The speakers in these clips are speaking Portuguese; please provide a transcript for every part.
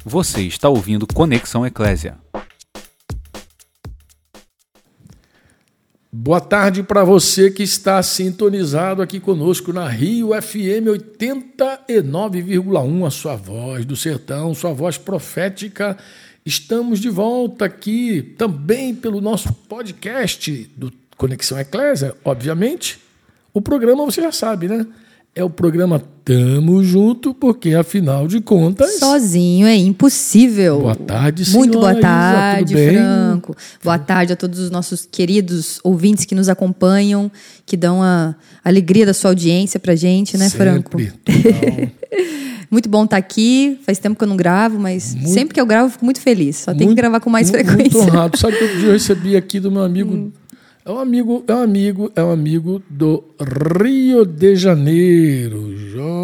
Você está ouvindo Conexão Eclésia. Boa tarde para você que está sintonizado aqui conosco na Rio FM 89,1, a sua voz do sertão, sua voz profética. Estamos de volta aqui também pelo nosso podcast do Conexão Eclésia, obviamente. O programa você já sabe, né? É o programa Tamo Junto, porque afinal de contas... Sozinho é impossível. Boa tarde, senhora. Muito boa tarde, Isa, tudo bem? Franco. Boa tarde a todos os nossos queridos ouvintes que nos acompanham, que dão a alegria da sua audiência pra gente, né, Franco? Sempre. Muito bom estar aqui. Faz tempo que eu não gravo, mas sempre que eu gravo eu fico muito feliz. Só tem que gravar com mais frequência. Muito honrado. Sabe que outro dia eu recebi aqui do meu amigo... É um amigo do Rio de Janeiro,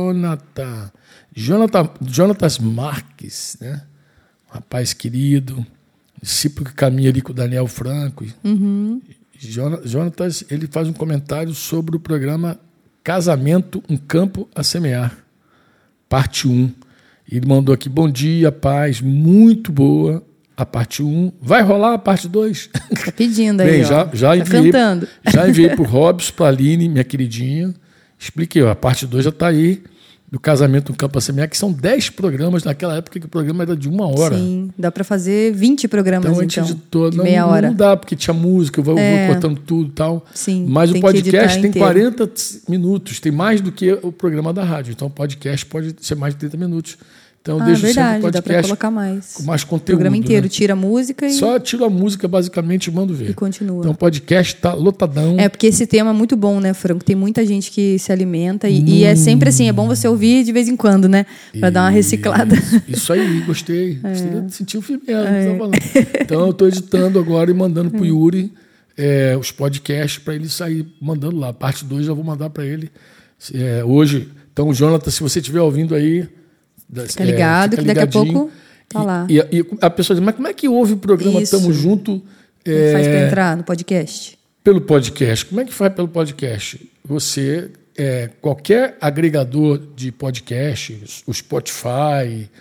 Jonatas Marques, né? Um rapaz querido, discípulo que caminha ali com o Daniel Franco. Uhum. Jonatas, ele faz um comentário sobre o programa Casamento, um Campo a Semear, parte 1. Ele mandou aqui, bom dia, paz, muito boa. A parte 1. Vai rolar a parte 2? Tá pedindo aí, bem, já enviei, cantando. Já enviei para o Robson, para a Aline, minha queridinha. Expliquei, a parte 2 já está aí, do Casamento no Campo a Semear, que são 10 programas naquela época que o programa era de 1 hora. Sim, dá para fazer 20 programas, então. A gente editou, de meia hora. Não dá, porque tinha música, eu vou cortando tudo e tal. Sim, mas o podcast tem inteiro. 40 minutos, tem mais do que o programa da rádio. Então o podcast pode ser mais de 30 minutos. Então, eu deixo verdade, sempre o podcast dá pra colocar mais. Com mais conteúdo. O programa inteiro, né? Tira a música e... Só tiro a música, basicamente, e mando ver. E continua. Então, o podcast está lotadão. É, porque esse tema é muito bom, né, Franco? Tem muita gente que se alimenta e é sempre assim, é bom você ouvir de vez em quando, né? Pra dar uma reciclada. Isso aí, gostei. Gostei de sentir o filme mesmo. Então, eu estou editando agora e mandando pro Yuri os podcasts para ele sair mandando lá. Parte 2 já vou mandar para ele hoje. Então, Jonathan, se você estiver ouvindo aí... Fica ligado, que daqui a pouco tá lá. E a pessoa diz, mas como é que ouve o programa Tamo Junto? Faz para entrar no podcast? Pelo podcast. Como é que faz pelo podcast? Você, qualquer agregador de podcast, o Spotify,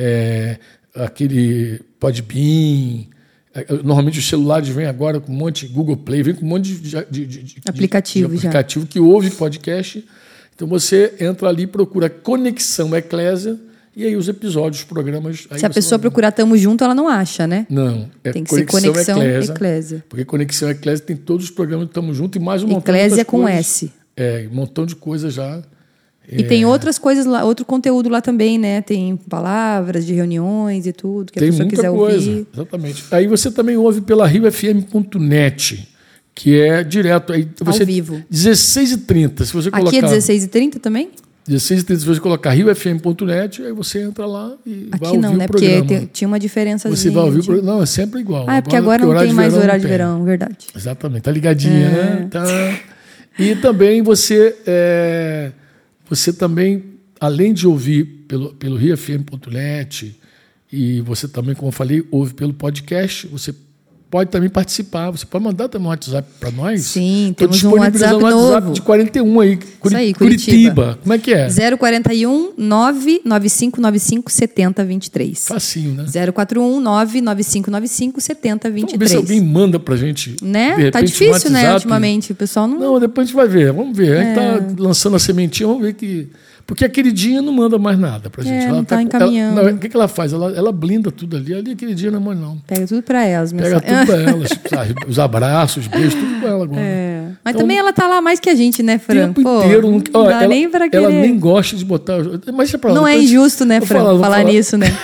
aquele Podbean, normalmente os celulares vêm agora com um monte de Google Play, vem com um monte de aplicativo que ouve podcast. Então você entra ali e procura Conexão Eclésia. E aí os episódios, os programas... Se a pessoa procurar Tamo Junto, ela não acha, né? Não. Tem que ser Conexão Eclésia. Porque Conexão Eclésia tem todos os programas do Tamo Junto e mais um montão de Eclésia com coisas. S. Um montão de coisa já. E tem outras coisas lá, outro conteúdo lá também, né? Tem palavras de reuniões e tudo, que a pessoa quiser ouvir. Exatamente. Aí você também ouve pela riofm.net, que é direto. Aí você, ao vivo. 16h30. Se você colocar... Aqui é 16h30 também? 16h30, se você colocar riofm.net, aí você entra lá e aqui vai ouvir não, né? o programa. Porque tinha uma diferença. Você vai ouvir o programa. Não, é sempre igual. É porque agora não tem mais horário de verão, verdade. Exatamente. Tá ligadinha, né? Tá. E também você também, além de ouvir pelo riofm.net, e você também, como eu falei, ouve pelo podcast, você pode também participar. Você pode mandar também um WhatsApp para nós. Sim, temos um WhatsApp novo. De 41 aí. Isso aí, Curitiba. Como é que é? 041 99595 7023. Facinho, né? 041 99595 7023. Vamos ver se alguém manda pra gente. Né? De repente, tá difícil, um né? Ultimamente. O pessoal não... Não, depois a gente vai ver. Vamos ver. A gente tá lançando a sementinha, vamos ver que... Porque a queridinha não manda mais nada pra gente. Ela tá encaminhando. O que ela faz? Ela blinda tudo ali. Ali a queridinha não é mais não. Pega tudo pra elas. Pega tudo pra elas. Os abraços, os beijos, tudo pra ela agora. Mas então, também ela tá lá mais que a gente, né, Fran? O tempo inteiro. Não dá nem pra querer. Ela nem gosta de botar... Mas é pra não é injusto, né, Fran? Falar nisso, né?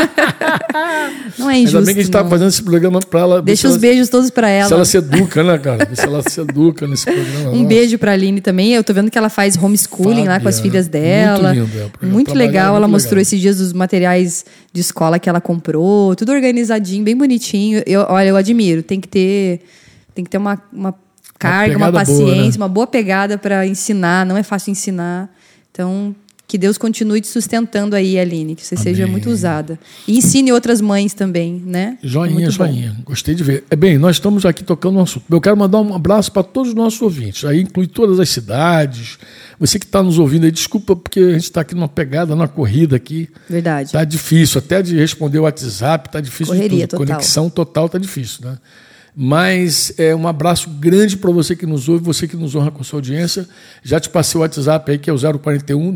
Não é injusto. Ainda bem que a gente tá fazendo esse programa pra ela... Deixa os beijos todos pra ela. Se ela se educa, né, cara? Se ela se educa nesse programa. Um beijo pra Aline também. Eu tô vendo que ela faz homeschooling lá com as filhas dela. Muito lindo, muito legal. Ela mostrou esses dias os materiais de escola que ela comprou. Tudo organizadinho, bem bonitinho. Olha, eu admiro. Tem que ter uma carga, uma paciência, boa, né? Uma boa pegada para ensinar. Não é fácil ensinar. Então, Que Deus continue te sustentando aí, Aline, que você Amém. seja muito usada. E ensine outras mães também, né? Joinha. Gostei de ver. Bem, nós estamos aqui tocando um assunto. Eu quero mandar um abraço para todos os nossos ouvintes. Aí inclui todas as cidades. Você que está nos ouvindo aí, desculpa, porque a gente está aqui numa pegada, numa corrida aqui. Verdade. Está difícil, até de responder o WhatsApp, está difícil. Correria de tudo. total. Conexão total está difícil, né? Mas um abraço grande para você que nos ouve, você que nos honra com a sua audiência. Já te passei o WhatsApp aí, que é o 041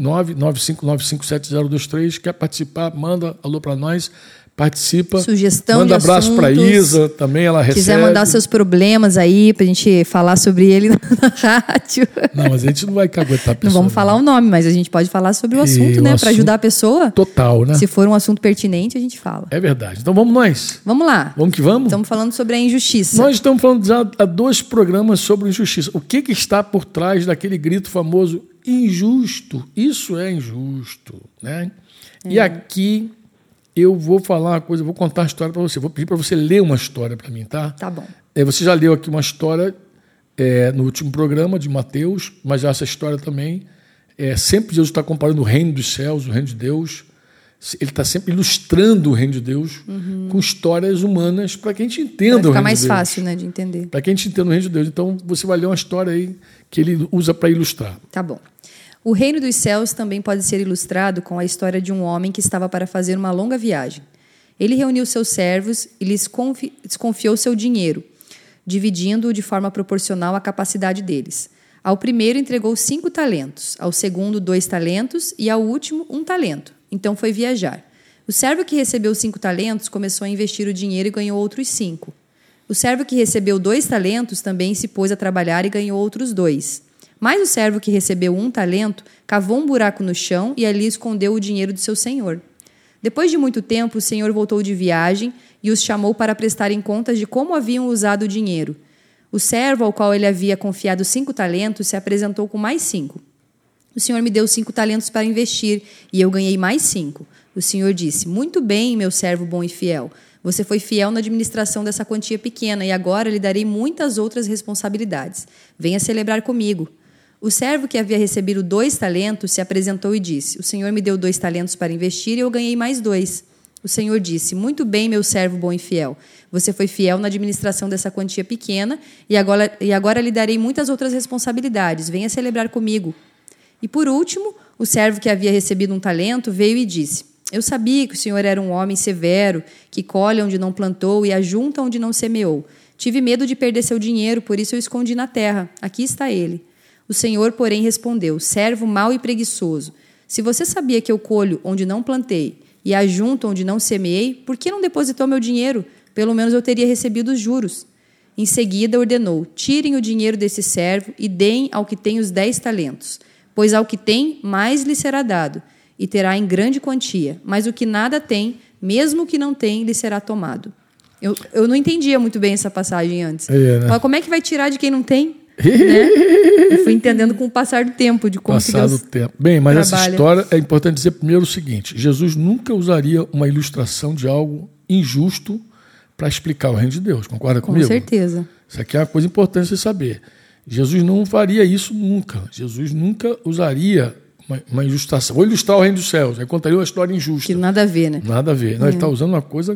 995957023. Quer participar? Manda alô para nós. Participa. Sugestão manda de abraço para Isa, também ela recebe. Quiser mandar seus problemas aí pra gente falar sobre ele na rádio. Não, mas a gente não vai caguetar a pessoa. Não vamos falar o nome, mas a gente pode falar sobre o assunto, né? Para ajudar a pessoa. Total, né? Se for um assunto pertinente, a gente fala. É verdade. Então vamos nós. Vamos lá. Vamos que vamos? Estamos falando sobre a injustiça. Nós estamos falando já há 2 programas sobre injustiça. O que está por trás daquele grito famoso injusto? Isso é injusto, né? E aqui eu vou falar uma coisa, vou contar uma história para você. Vou pedir para você ler uma história para mim, tá? Tá bom. Você já leu aqui uma história no último programa de Mateus, mas essa história também, sempre Jesus está comparando o reino dos céus, o reino de Deus. Ele está sempre ilustrando o reino de Deus com histórias humanas para que a gente entenda o reino de Deus. Fica mais fácil, né, de entender. Para que a gente entenda o reino de Deus. Então, você vai ler uma história aí que ele usa para ilustrar. Tá bom. O reino dos céus também pode ser ilustrado com a história de um homem que estava para fazer uma longa viagem. Ele reuniu seus servos e lhes desconfiou seu dinheiro, dividindo-o de forma proporcional à capacidade deles. Ao primeiro entregou 5 talentos, ao segundo 2 talentos e ao último 1 talento. Então foi viajar. O servo que recebeu 5 talentos começou a investir o dinheiro e ganhou outros 5. O servo que recebeu 2 talentos também se pôs a trabalhar e ganhou outros 2. Mas o servo que recebeu 1 talento cavou um buraco no chão e ali escondeu o dinheiro do seu senhor. Depois de muito tempo, o senhor voltou de viagem e os chamou para prestarem contas de como haviam usado o dinheiro. O servo ao qual ele havia confiado 5 talentos se apresentou com mais 5. O senhor me deu 5 talentos para investir e eu ganhei mais 5. O senhor disse: muito bem, meu servo bom e fiel. Você foi fiel na administração dessa quantia pequena e agora lhe darei muitas outras responsabilidades. Venha celebrar comigo. O servo que havia recebido 2 talentos se apresentou e disse: o senhor me deu 2 talentos para investir e eu ganhei mais 2. O senhor disse: muito bem, meu servo bom e fiel. Você foi fiel na administração dessa quantia pequena e agora lhe darei muitas outras responsabilidades. Venha celebrar comigo. E por último, o servo que havia recebido 1 talento veio e disse: eu sabia que o senhor era um homem severo, que colhe onde não plantou e ajunta onde não semeou. Tive medo de perder seu dinheiro, por isso eu escondi na terra. Aqui está ele. O senhor, porém, respondeu: servo mau e preguiçoso. Se você sabia que eu colho onde não plantei e ajunto onde não semeei, por que não depositou meu dinheiro? Pelo menos eu teria recebido os juros. Em seguida ordenou: tirem o dinheiro desse servo e deem ao que tem os 10 talentos. Pois ao que tem, mais lhe será dado, e terá em grande quantia. Mas o que nada tem, mesmo o que não tem, lhe será tomado. Eu não entendia muito bem essa passagem antes. Né? Mas como é que vai tirar de quem não tem? Né? Eu fui entendendo com o passar do tempo de como que Deus tempo. Bem, mas trabalha. Essa história é importante dizer primeiro o seguinte: Jesus nunca usaria uma ilustração de algo injusto para explicar o reino de Deus. Concorda comigo? Com certeza. Isso aqui é uma coisa importante você saber. Jesus não faria isso nunca. Jesus nunca usaria uma ilustração. Vou ilustrar o reino dos céus. Aí contaria uma história injusta. Que nada a ver, né? Nada a ver. Não, ele está usando uma coisa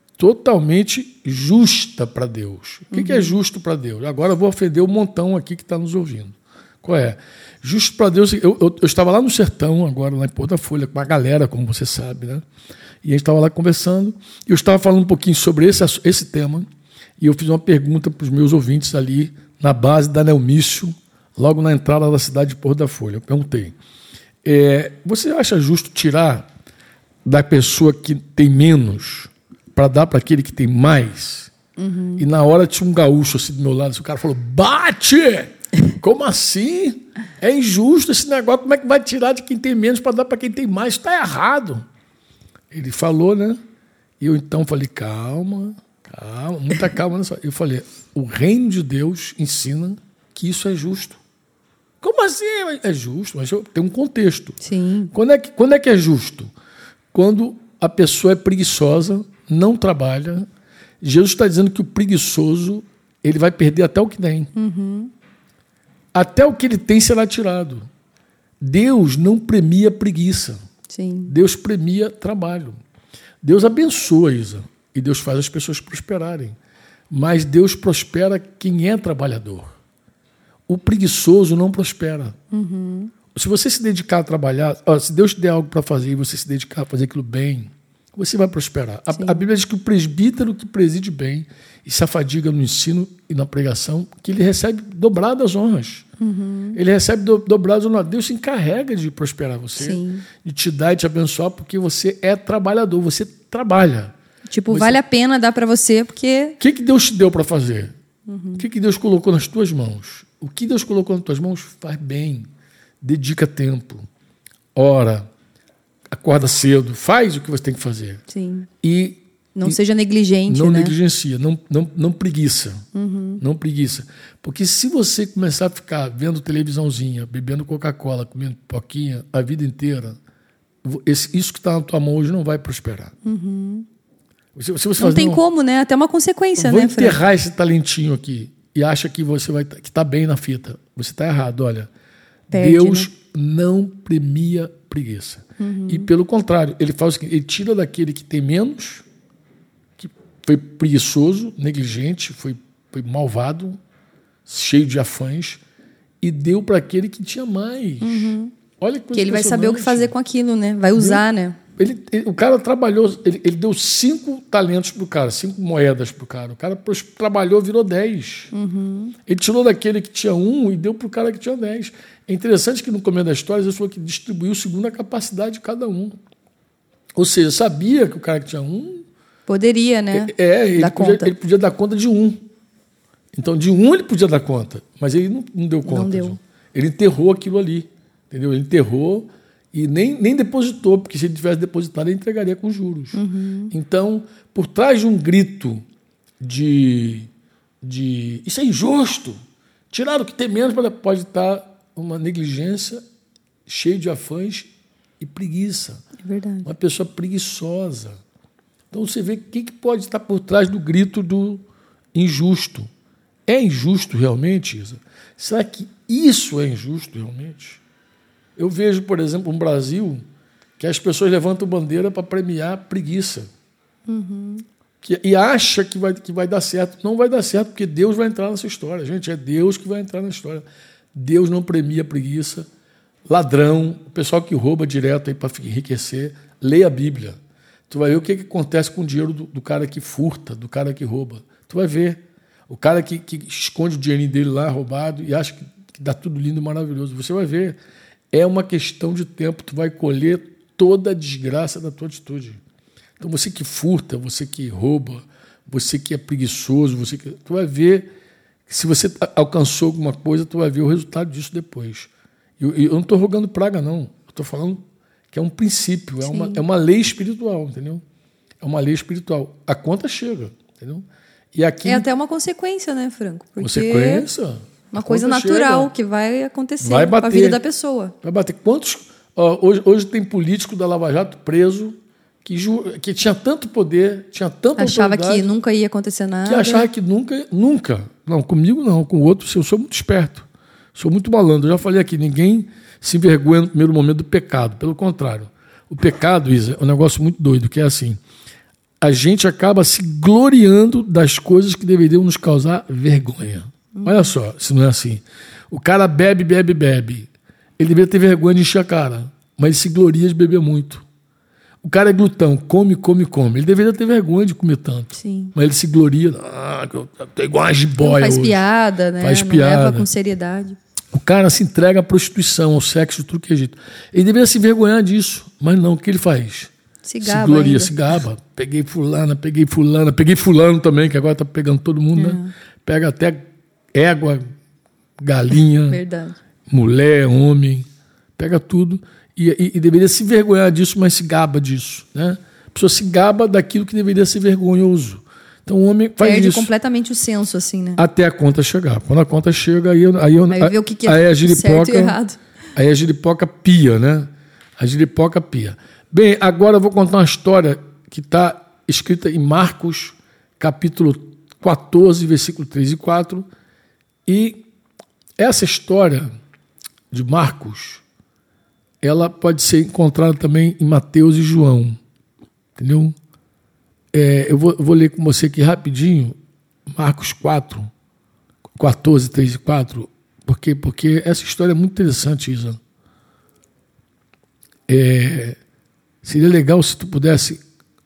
totalmente justa para Deus. O que é justo para Deus? Agora eu vou ofender o montão aqui que está nos ouvindo. Qual é? Justo para Deus... Eu estava lá no sertão, agora lá em Porto da Folha, com a galera, como você sabe, né? E a gente estava lá conversando, e eu estava falando um pouquinho sobre esse tema, e eu fiz uma pergunta para os meus ouvintes ali, na base da Neumício, logo na entrada da cidade de Porto da Folha. Eu perguntei: você acha justo tirar da pessoa que tem menos para dar para aquele que tem mais? E na hora tinha um gaúcho assim do meu lado, o cara falou: bate! Como assim? É injusto esse negócio, como é que vai tirar de quem tem menos para dar para quem tem mais? Está errado. Ele falou, né? E eu então falei: calma, muita calma. Eu falei: o reino de Deus ensina que isso é justo. Como assim? É justo, mas tem um contexto. Sim. Quando é que é justo? Quando a pessoa é preguiçosa, não trabalha. Jesus está dizendo que o preguiçoso ele vai perder até o que tem. Até o que ele tem será tirado. Deus não premia preguiça. Sim. Deus premia trabalho. Deus abençoa, Isa, e Deus faz as pessoas prosperarem. Mas Deus prospera quem é trabalhador. O preguiçoso não prospera. Se você se dedicar a trabalhar, se Deus te der algo para fazer e você se dedicar a fazer aquilo bem, você vai prosperar. A Bíblia diz que o presbítero que preside bem e se afadiga no ensino e na pregação, que ele recebe dobradas honras. Ele recebe dobradas honras. Deus se encarrega de prosperar você, de te dar e te abençoar, porque você é trabalhador, você trabalha. Tipo, vale a pena dar para você, porque... O que Deus te deu para fazer? O que Deus colocou nas tuas mãos? O que Deus colocou nas tuas mãos, faz bem. Dedica tempo. Ora. Acorda cedo. Faz o que você tem que fazer. Sim. Não seja negligente, não né? Negligencia. Não preguiça. Não preguiça. Porque se você começar a ficar vendo televisãozinha, bebendo Coca-Cola, comendo pipoquinha a vida inteira, isso que está na tua mão hoje não vai prosperar. Se você não tem como, né? Até uma consequência, vou né, enterrar esse talentinho aqui e acha que você que está bem na fita. Você está errado, olha. Perde, Deus né? não premia preguiça. E pelo contrário, ele faz o seguinte, ele tira daquele que tem menos, que foi preguiçoso, negligente, foi malvado, cheio de afãs, e deu para aquele que tinha mais. Olha que coisa que ele vai saber o que fazer com aquilo, né? Vai usar, né? O cara trabalhou, ele deu 5 talentos para o cara, 5 moedas para o cara. O cara trabalhou, virou 10. Ele tirou daquele que tinha 1 e deu para o cara que tinha 10. É interessante que no começo da história, ele falou que distribuiu segundo a capacidade de cada um. Ou seja, sabia que o cara que tinha 1... Poderia, né? Ele podia dar conta de 1. Então, de 1 ele podia dar conta, mas ele não deu conta. Não deu. Ele enterrou aquilo ali. Entendeu? Ele enterrou... E nem depositou, porque se ele tivesse depositado, ele entregaria com juros. Então, por trás de um grito de isso é injusto, tirar o que tem menos, pode estar uma negligência cheia de afãs e preguiça. É verdade. Uma pessoa preguiçosa. Então, você vê o que pode estar por trás do grito do injusto. É injusto realmente, Isa? Será que isso é injusto realmente? Eu vejo, por exemplo, um Brasil que as pessoas levantam bandeira para premiar preguiça. E acha que vai dar certo. Não vai dar certo, porque Deus vai entrar nessa história. Gente, é Deus que vai entrar na história. Deus não premia preguiça. Ladrão, o pessoal que rouba direto para enriquecer, lê a Bíblia. Tu vai ver o que acontece com o dinheiro do cara que furta, do cara que rouba. Tu vai ver. O cara que esconde o dinheirinho dele lá roubado e acha que dá tudo lindo e maravilhoso. Você vai ver. É uma questão de tempo, tu vai colher toda a desgraça da tua atitude. Então, você que furta, você que rouba, você que é preguiçoso, tu vai ver, se você alcançou alguma coisa, tu vai ver o resultado disso depois. Eu não estou rogando praga, não. Eu estou falando que é um princípio, é uma lei espiritual, entendeu? É uma lei espiritual. A conta chega, entendeu? E aqui, é até uma consequência, né, Franco? Porque consequência... Uma coisa natural que vai acontecer com a vida da pessoa. Vai bater. Quantos... Hoje tem político da Lava Jato preso que tinha tanto poder, tinha tanta achava autoridade... que nunca ia acontecer nada. Que achava que nunca... Não, comigo não, com o outro eu sou muito esperto. Sou muito malandro. Eu já falei aqui, ninguém se envergonha no primeiro momento do pecado. Pelo contrário. O pecado, Isa, é um negócio muito doido, que é assim... A gente acaba se gloriando das coisas que deveriam nos causar vergonha. Olha só, se não é assim. O cara bebe. Ele deveria ter vergonha de encher a cara, mas ele se gloria de beber muito. O cara é glutão, come. Ele deveria ter vergonha de comer tanto. Sim. Mas ele se gloria. Eu tô igual a jiboia. Faz hoje. Piada, né? Faz não piada. leva com seriedade. O cara se entrega à prostituição, ao sexo, tudo que é jeito. Ele deveria se envergonhar disso, mas não. O que ele faz? Se gaba. Se gloria, ainda. se gaba. Peguei fulano também, que agora tá pegando todo mundo, né? Pega até égua, galinha, Verdade. mulher, homem, pega tudo e deveria se vergonhar disso, mas se gaba disso, né? A pessoa se gaba daquilo que deveria ser vergonhoso. Então o homem faz Perde isso. completamente o senso, assim, né? Até a conta chegar. Quando a conta chega, aí vê o que é certo e errado. Aí a giripoca pia, né? A giripoca pia. Bem, agora eu vou contar uma história que está escrita em Marcos, capítulo 14, versículo 3 e 4. E essa história de Marcos ela pode ser encontrada também em Mateus e João. Entendeu? Eu vou ler com você aqui rapidinho, Marcos 4, 14, 3 e 4, porque essa história é muito interessante, Isa. Seria legal se tu pudesse...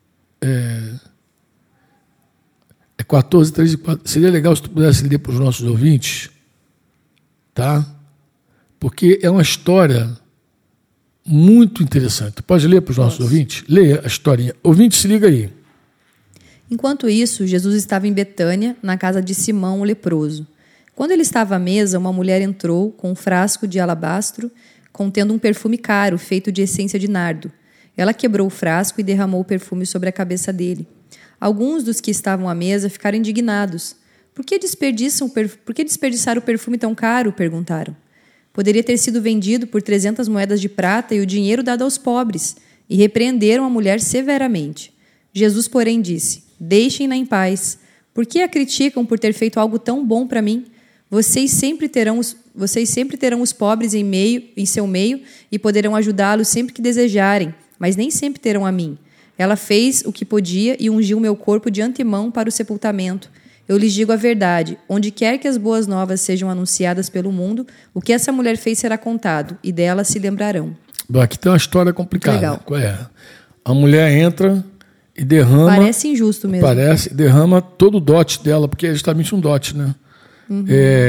14, 3 e 4. Seria legal se tu pudesse ler para os nossos ouvintes, tá? Porque é uma história muito interessante. Tu pode ler para os nossos ouvintes? Leia a historinha. Ouvinte, se liga aí. Enquanto isso, Jesus estava em Betânia, na casa de Simão, o leproso. Quando ele estava à mesa, uma mulher entrou com um frasco de alabastro contendo um perfume caro, feito de essência de nardo. Ela quebrou o frasco e derramou o perfume sobre a cabeça dele. Alguns dos que estavam à mesa ficaram indignados. Por que desperdiçar o perfume tão caro? Perguntaram. Poderia ter sido vendido por 300 moedas de prata e o dinheiro dado aos pobres. E repreenderam a mulher severamente. Jesus, porém, disse: Deixem-na em paz. Por que a criticam por ter feito algo tão bom para mim? Vocês sempre terão os pobres em seu meio e poderão ajudá-los sempre que desejarem, mas nem sempre terão a mim. Ela fez o que podia e ungiu meu corpo de antemão para o sepultamento. Eu lhes digo a verdade, onde quer que as boas novas sejam anunciadas pelo mundo, o que essa mulher fez será contado, e dela se lembrarão. Bom, aqui tem uma história complicada. Legal. Qual é? A mulher entra e derrama... Parece injusto mesmo. Derrama todo o dote dela, porque é justamente um dote, né? Uhum.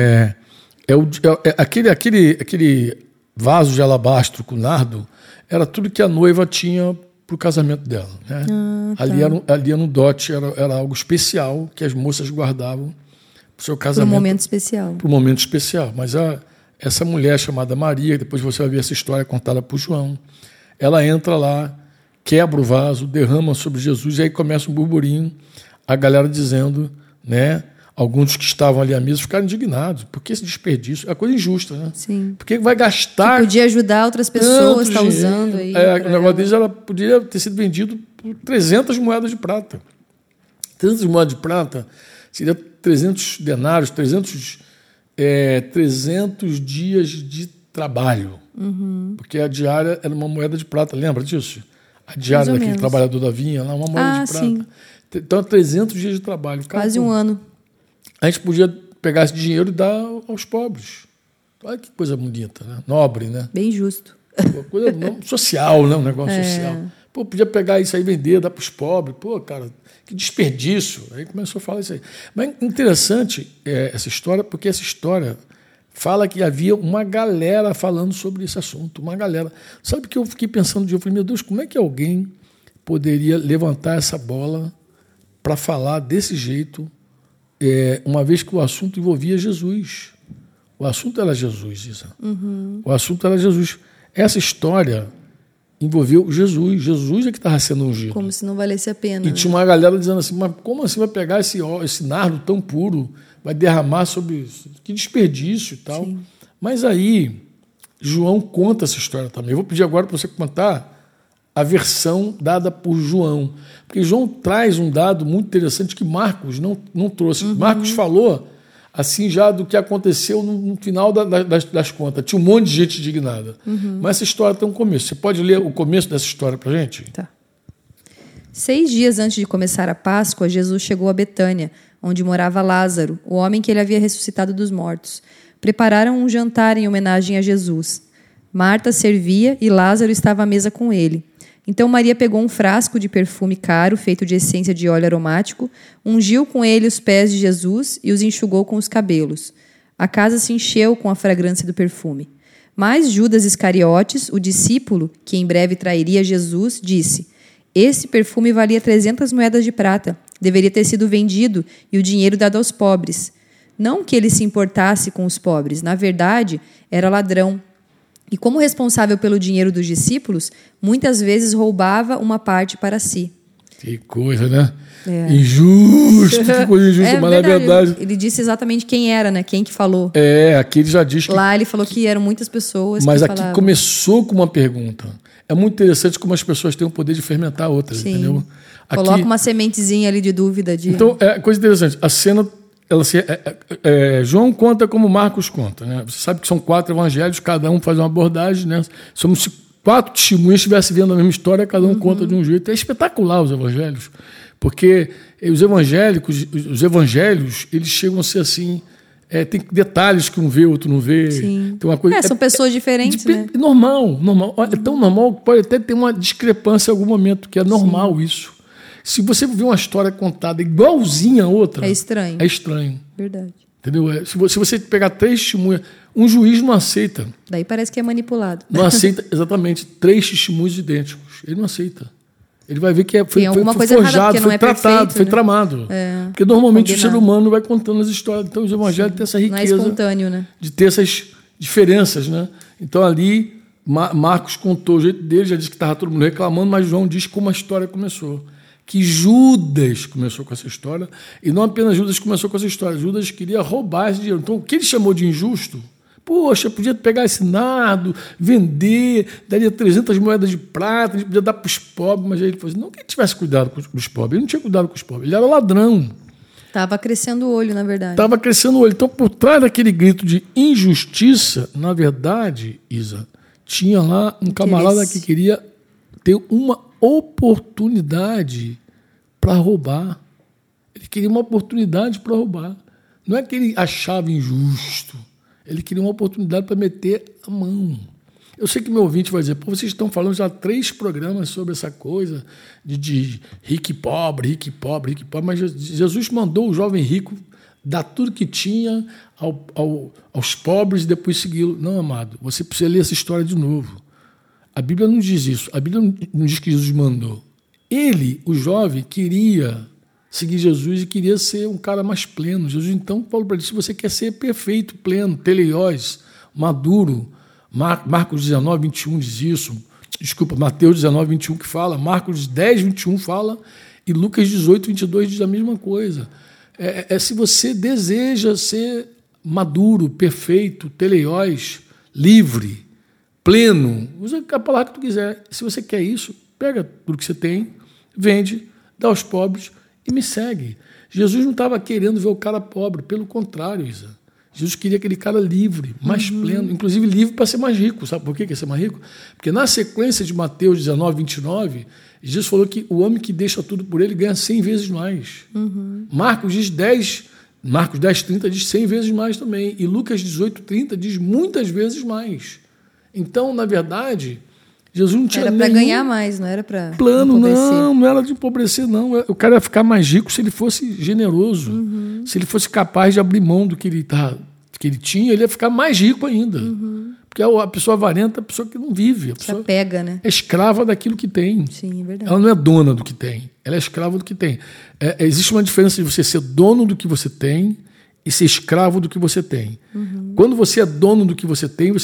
Aquele vaso de alabastro com nardo era tudo que a noiva tinha para o casamento dela, né? Tá. Ali era um dote, era algo especial que as moças guardavam para o seu casamento. Para um momento especial. Para um momento especial. Mas essa mulher chamada Maria, depois você vai ver essa história contada por João, ela entra lá, quebra o vaso, derrama sobre Jesus, e aí começa um burburinho, a galera dizendo, né? Alguns que estavam ali à mesa ficaram indignados. Por que esse desperdício? É coisa injusta, né? Sim. Porque vai gastar... Que podia ajudar outras pessoas, está usando aí. O negócio deles, ela poderia ter sido vendido por 300 moedas de prata. 300 moedas de prata seria 300 denários, 300 dias de trabalho. Uhum. Porque a diária era uma moeda de prata. Lembra disso? A diária daquele trabalhador da vinha, lá, uma moeda de prata. Sim. Então, 300 dias de trabalho. Quase um ano. A gente podia pegar esse dinheiro e dar aos pobres. Olha que coisa bonita, né? Nobre, né? Bem justo. Uma coisa social, né? Um negócio social. Pô, podia pegar isso aí e vender, dar para os pobres. Pô, cara, que desperdício. Aí começou a falar isso aí. Mas interessante essa história, porque essa história fala que havia uma galera falando sobre esse assunto. Uma galera. Sabe o que eu fiquei pensando de eu falei, meu Deus, como é que alguém poderia levantar essa bola para falar desse jeito, uma vez que o assunto envolvia Jesus. O assunto era Jesus, Isa. Uhum. O assunto era Jesus. Essa história envolveu Jesus. Jesus é que estava sendo ungido. Como se não valesse a pena. E tinha uma galera dizendo assim, mas como assim vai pegar esse nardo tão puro, vai derramar sobre isso? Que desperdício e tal. Sim. Mas aí, João conta essa história também. Eu vou pedir agora para você contar a versão dada por João. Porque João traz um dado muito interessante que Marcos não trouxe. Uhum. Marcos falou assim já do que aconteceu no final das contas. Tinha um monte de gente indignada. Uhum. Mas essa história tem um começo. Você pode ler o começo dessa história para a gente? Tá. 6 dias antes de começar a Páscoa, Jesus chegou a Betânia, onde morava Lázaro, o homem que ele havia ressuscitado dos mortos. Prepararam um jantar em homenagem a Jesus. Marta servia e Lázaro estava à mesa com ele. Então Maria pegou um frasco de perfume caro, feito de essência de óleo aromático, ungiu com ele os pés de Jesus e os enxugou com os cabelos. A casa se encheu com a fragrância do perfume. Mas Judas Iscariotes, o discípulo, que em breve trairia Jesus, disse: Esse perfume valia 300 moedas de prata. Deveria ter sido vendido e o dinheiro dado aos pobres. Não que ele se importasse com os pobres. Na verdade, era ladrão. E como responsável pelo dinheiro dos discípulos, muitas vezes roubava uma parte para si. Que coisa, né? Injusto, que coisa injusta, mas verdade, na verdade... Ele disse exatamente quem era, né? Quem que falou. Aqui ele já diz que... Lá ele falou que eram muitas pessoas mas que aqui falavam. começou com uma pergunta. É muito interessante como as pessoas têm o poder de fermentar outras, Sim. entendeu? Aqui... Coloca uma sementezinha ali de dúvida. Então, coisa interessante. A cena... João conta como Marcos conta, né? Você sabe que são 4 evangelhos, cada um faz uma abordagem, né? 4 testemunhas estivessem vendo a mesma história, cada um conta de um jeito. É espetacular os evangelhos, porque os evangelhos, eles chegam a ser assim, tem detalhes que um vê, outro não vê. Sim. Tem uma coisa, São pessoas diferentes, né? Normal. É tão normal que pode até ter uma discrepância em algum momento, que é normal isso. Se você vê uma história contada igualzinha a outra... É estranho. É estranho. Verdade. Entendeu? Se você pegar 3 testemunhas, um juiz não aceita. Daí parece que é manipulado. Não aceita exatamente 3 testemunhos idênticos. Ele não aceita. Ele vai ver que foi coisa forjado, errada, foi tratado, perfeito, foi né? tramado. Porque normalmente combinado. o ser humano vai contando as histórias. Então os evangelhos têm essa Não é riqueza espontâneo, né? de ter essas diferenças. Né? Então ali, Marcos contou o jeito dele, já disse que estava todo mundo reclamando, mas João diz como a história começou. Que Judas começou com essa história, e não apenas Judas começou com essa história, Judas queria roubar esse dinheiro. Então, o que ele chamou de injusto, poxa, podia pegar esse nardo, vender, daria 300 moedas de prata, a gente podia dar para os pobres, mas aí ele falou assim, não que ele tivesse cuidado com os pobres, ele não tinha cuidado com os pobres, ele era ladrão. Estava crescendo o olho, na verdade. Estava crescendo o olho. Então, por trás daquele grito de injustiça, na verdade, Isa, tinha lá um camarada que queria ter uma oportunidade para roubar. Ele queria uma oportunidade para roubar. Não é que ele achava injusto. Ele queria uma oportunidade para meter a mão. Eu sei que meu ouvinte vai dizer, pô, vocês estão falando já 3 programas sobre essa coisa de rico e pobre, rico e pobre, rico e pobre, mas Jesus mandou o jovem rico dar tudo que tinha aos pobres e depois segui-lo. Não, amado, você precisa ler essa história de novo. A Bíblia não diz isso. A Bíblia não diz que Jesus mandou. Ele, o jovem, queria seguir Jesus e queria ser um cara mais pleno. Jesus, então, falou para ele, se você quer ser perfeito, pleno, teleios, maduro, Marcos 19, 21 diz isso. Desculpa, Mateus 19, 21 que fala, Marcos 10, 21 fala, e Lucas 18, 22 diz a mesma coisa. Se você deseja ser maduro, perfeito, teleios, livre, pleno, usa a palavra que tu quiser. Se você quer isso, pega tudo que você tem, vende, dá aos pobres e me segue. Jesus não estava querendo ver o cara pobre, pelo contrário, Isa. Jesus queria aquele cara livre, mais pleno, inclusive livre para ser mais rico. Sabe por que quer ser mais rico? Porque na sequência de Mateus 19, 29, Jesus falou que o homem que deixa tudo por ele ganha 100 vezes mais. Marcos 10, 30 diz 100 vezes mais também. E Lucas 18, 30 diz muitas vezes mais. Então, na verdade, Jesus não tinha era para ganhar mais, não era para plano, não era de empobrecer, não. O cara ia ficar mais rico se ele fosse generoso, se ele fosse capaz de abrir mão do que ele tinha, ele ia ficar mais rico ainda. Porque a pessoa avarenta é a pessoa que não vive. A pessoa pega, né? É escrava daquilo que tem. Sim, é verdade. Ela não é dona do que tem, ela é escrava do que tem. Existe uma diferença de você ser dono do que você tem e ser escravo do que você tem. Quando você é dono do que você tem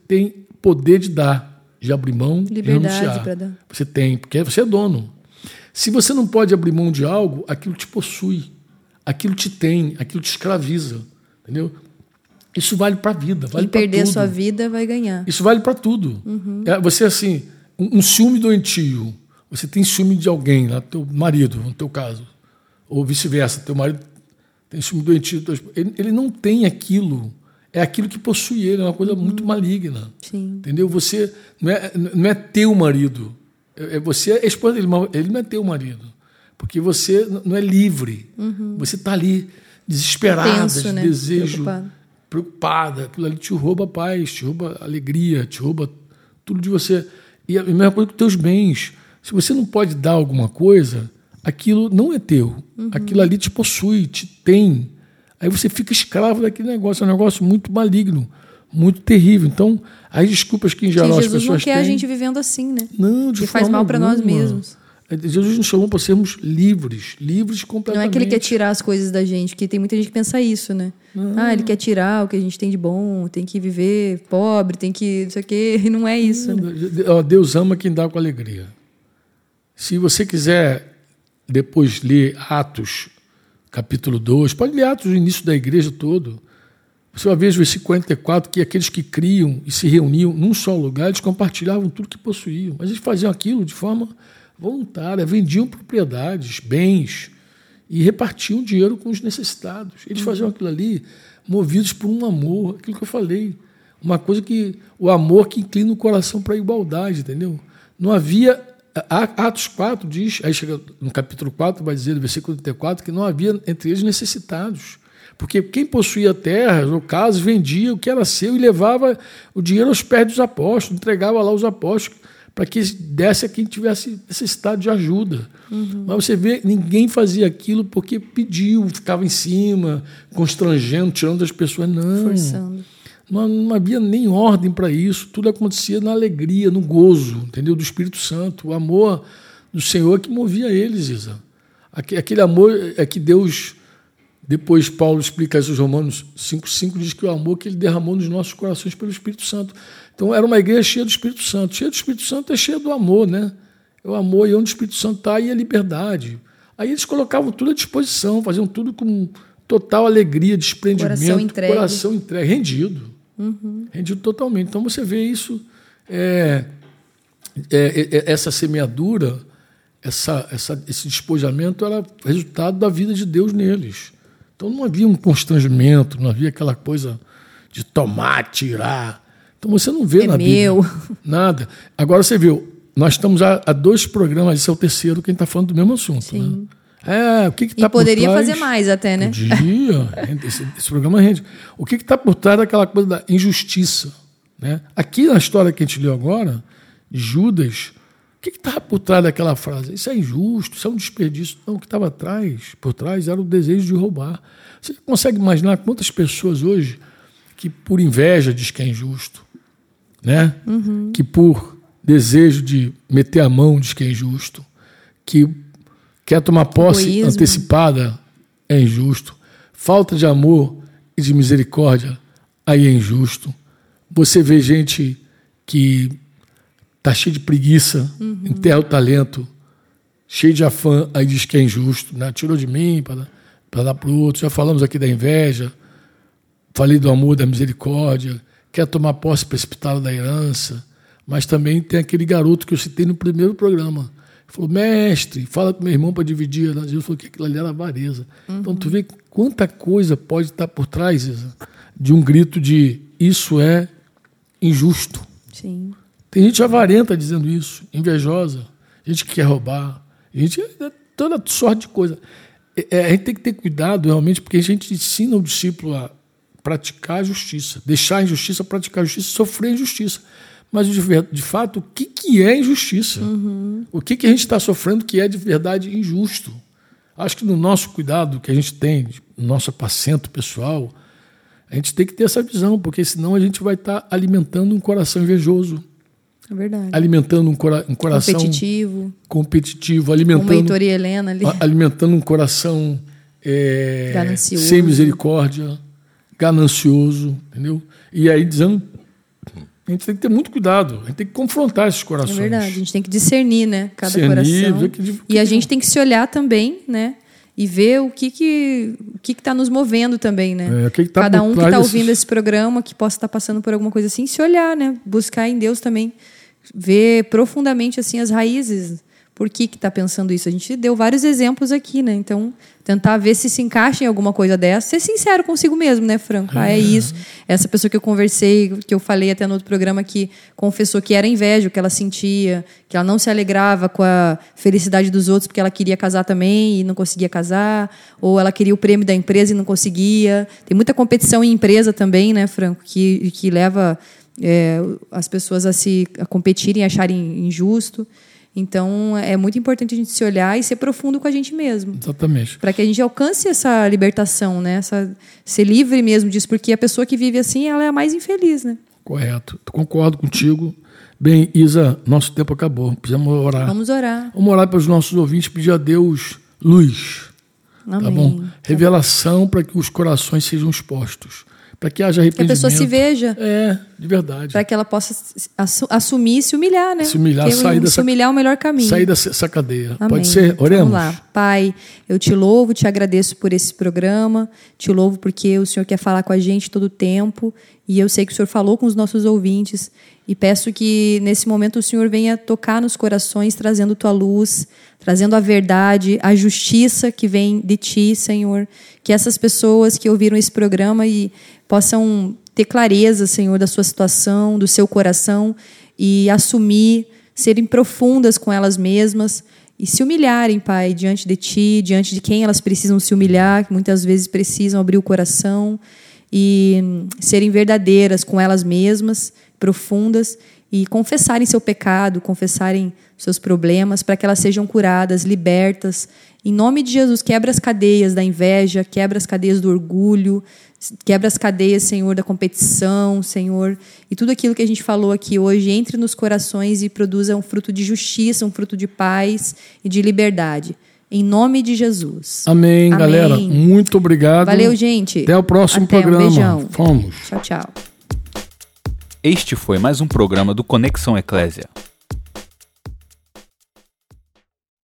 poder de dar, de abrir mão, liberdade de renunciar. para dar. Você tem, porque você é dono. Se você não pode abrir mão de algo, aquilo te possui, aquilo te tem, aquilo te escraviza, entendeu? Isso vale para a vida, vale para tudo. E perder a sua vida vai ganhar. Isso vale para tudo. Você, assim, um ciúme doentio, você tem ciúme de alguém, lá, teu marido, no teu caso, ou vice-versa, teu marido tem ciúme doentio, ele não tem aquilo. É aquilo que possui ele, é uma coisa muito maligna. Sim. Entendeu? Você não é teu marido. Você é esposa dele, mas ele não é teu marido. Porque você não é livre. Você está ali desesperada, tenso, de né? desejo, preocupada. Aquilo ali te rouba a paz, te rouba a alegria, te rouba tudo de você. E a mesma coisa com os teus bens. Se você não pode dar alguma coisa, aquilo não é teu. Aquilo ali te possui, te tem. Aí você fica escravo daquele negócio. É um negócio muito maligno, muito terrível. Então, as desculpas que em geral as pessoas têm... Jesus não quer a gente vivendo assim, né? Não, de que forma faz mal para nós mesmos. Jesus nos chamou para sermos livres completamente. Não é que ele quer tirar as coisas da gente, porque tem muita gente que pensa isso, né? Ele quer tirar o que a gente tem de bom, tem que viver pobre, tem que... não sei o quê. E não é isso, né? Deus ama quem dá com alegria. Se você quiser depois ler Atos... capítulo 2, pode ler Atos, o início da igreja todo. Você vai ver o versículo 44, que aqueles que criam e se reuniam num só lugar, eles compartilhavam tudo que possuíam. Mas eles faziam aquilo de forma voluntária, vendiam propriedades, bens, e repartiam dinheiro com os necessitados. Eles faziam aquilo ali movidos por um amor, aquilo que eu falei, uma coisa que o amor que inclina o coração para a igualdade, entendeu? Não havia... Atos 4 diz, aí chega no capítulo 4, vai dizer, no versículo 34, que não havia entre eles necessitados. Porque quem possuía terras ou casas vendia o que era seu e levava o dinheiro aos pés dos apóstolos, entregava lá os apóstolos para que desse a quem tivesse necessidade de ajuda. Mas você vê, ninguém fazia aquilo porque pediu, ficava em cima, constrangendo, tirando das pessoas. Não. Forçando. Não havia nem ordem para isso, tudo acontecia na alegria, no gozo, entendeu? Do Espírito Santo, o amor do Senhor que movia eles, Isa. Aquele amor é que Deus, depois Paulo explica isso em Romanos 5,5, diz que o amor que ele derramou nos nossos corações pelo Espírito Santo. Então era uma igreja cheia do Espírito Santo. Cheia do Espírito Santo é cheia do amor, né? É o amor, e onde o Espírito Santo está, e a liberdade. Aí eles colocavam tudo à disposição, faziam tudo com total alegria, desprendimento, coração entregue, rendido. Rendido totalmente. Então você vê isso, essa semeadura, esse despojamento era resultado da vida de Deus neles. Então não havia um constrangimento, não havia aquela coisa de tomar, tirar. Então você não vê na Bíblia nada. Agora você viu, nós estamos a 2 programas, esse é o 3º, que a gente está falando do mesmo assunto. Sim. Né? O que está por trás? E poderia fazer mais até, né? Podia. Esse programa rende. O que está por trás daquela coisa da injustiça? Né? Aqui na história que a gente leu agora, de Judas, o que estava por trás daquela frase? Isso é injusto, isso é um desperdício. Não, o que estava por trás era o desejo de roubar. Você consegue imaginar quantas pessoas hoje que por inveja diz que é injusto, né? Que por desejo de meter a mão diz que é injusto, que quer tomar posse antecipada é injusto. Falta de amor e de misericórdia, aí é injusto. Você vê gente que está cheia de preguiça, enterra o talento, cheio de afã, aí diz que é injusto. Né? Tirou de mim para dar para o outro. Já falamos aqui da inveja, falei do amor, da misericórdia, quer tomar posse precipitada da herança, mas também tem aquele garoto que eu citei no primeiro programa. Falou, mestre, fala com meu irmão para dividir. Jesus falou que aquilo ali era avareza. Então, tu vê quanta coisa pode estar por trás, Isa, de um grito de isso é injusto. Sim. Tem gente avarenta dizendo isso, invejosa, gente que quer roubar, gente, toda sorte de coisa. A gente tem que ter cuidado realmente, porque a gente ensina o discípulo a praticar a justiça, deixar a injustiça, praticar a justiça, sofrer a injustiça. Mas, de fato, o que é injustiça? O que a gente está sofrendo que é de verdade injusto? Acho que no nosso cuidado que a gente tem, no nosso apacento pessoal, a gente tem que ter essa visão, porque senão a gente vai estar alimentando um coração invejoso. É verdade. Alimentando um coração competitivo, alimentando, como Heitor e Helena ali. Alimentando um coração ganancioso. Sem misericórdia, ganancioso, entendeu? E aí dizendo, a gente tem que ter muito cuidado, a gente tem que confrontar esses corações. É verdade, a gente tem que discernir, né, cada coração. E a gente tem que se olhar também, né, e ver o que está nos movendo também, né? Cada um que está ouvindo esse programa, que possa estar passando por alguma coisa assim, se olhar, né, buscar em Deus também, ver profundamente assim as raízes. Por que está pensando isso? A gente deu vários exemplos aqui, né? Então, tentar ver se encaixa em alguma coisa dessa. Ser sincero consigo mesmo, né, Franco? É isso. Essa pessoa que eu conversei, que eu falei até no outro programa, que confessou que era inveja, o que ela sentia, que ela não se alegrava com a felicidade dos outros porque ela queria casar também e não conseguia casar, ou ela queria o prêmio da empresa e não conseguia. Tem muita competição em empresa também, né, Franco? Que leva as pessoas a competirem, a acharem injusto. Então, é muito importante a gente se olhar e ser profundo com a gente mesmo. Exatamente. Para que a gente alcance essa libertação, né? Ser livre mesmo disso, porque a pessoa que vive assim, ela é a mais infeliz, né? Correto. Concordo contigo. Bem, Isa, nosso tempo acabou. Precisamos orar. Vamos orar. Vamos orar para os nossos ouvintes, pedir a Deus luz. Amém. Tá bom? Revelação para que os corações sejam expostos. Para que haja arrependimento. Que a pessoa se veja. De verdade. Para que ela possa assumir e se humilhar, né? Se humilhar, se humilhar é o melhor caminho. Sair dessa cadeia. Amém. Pode ser? Oremos. Vamos lá. Pai, eu te louvo, te agradeço por esse programa. Te louvo porque o Senhor quer falar com a gente todo o tempo. E eu sei que o Senhor falou com os nossos ouvintes. E peço que, nesse momento, o Senhor venha tocar nos corações, trazendo tua luz, trazendo a verdade, a justiça que vem de ti, Senhor. Que essas pessoas que ouviram esse programa e possam ter clareza, Senhor, da sua situação, do seu coração e assumir, serem profundas com elas mesmas e se humilharem, Pai, diante de Ti, diante de quem elas precisam se humilhar, que muitas vezes precisam abrir o coração e serem verdadeiras com elas mesmas, profundas, e confessarem seu pecado, confessarem seus problemas, para que elas sejam curadas, libertas. Em nome de Jesus, quebra as cadeias da inveja, quebra as cadeias do orgulho, quebra as cadeias, Senhor, da competição, Senhor. E tudo aquilo que a gente falou aqui hoje entre nos corações e produza um fruto de justiça, um fruto de paz e de liberdade. Em nome de Jesus. Amém, galera. Muito obrigado. Valeu, gente. Até o próximo programa. Um beijão. Fomos. Tchau, tchau. Este foi mais um programa do Conexão Eclésia.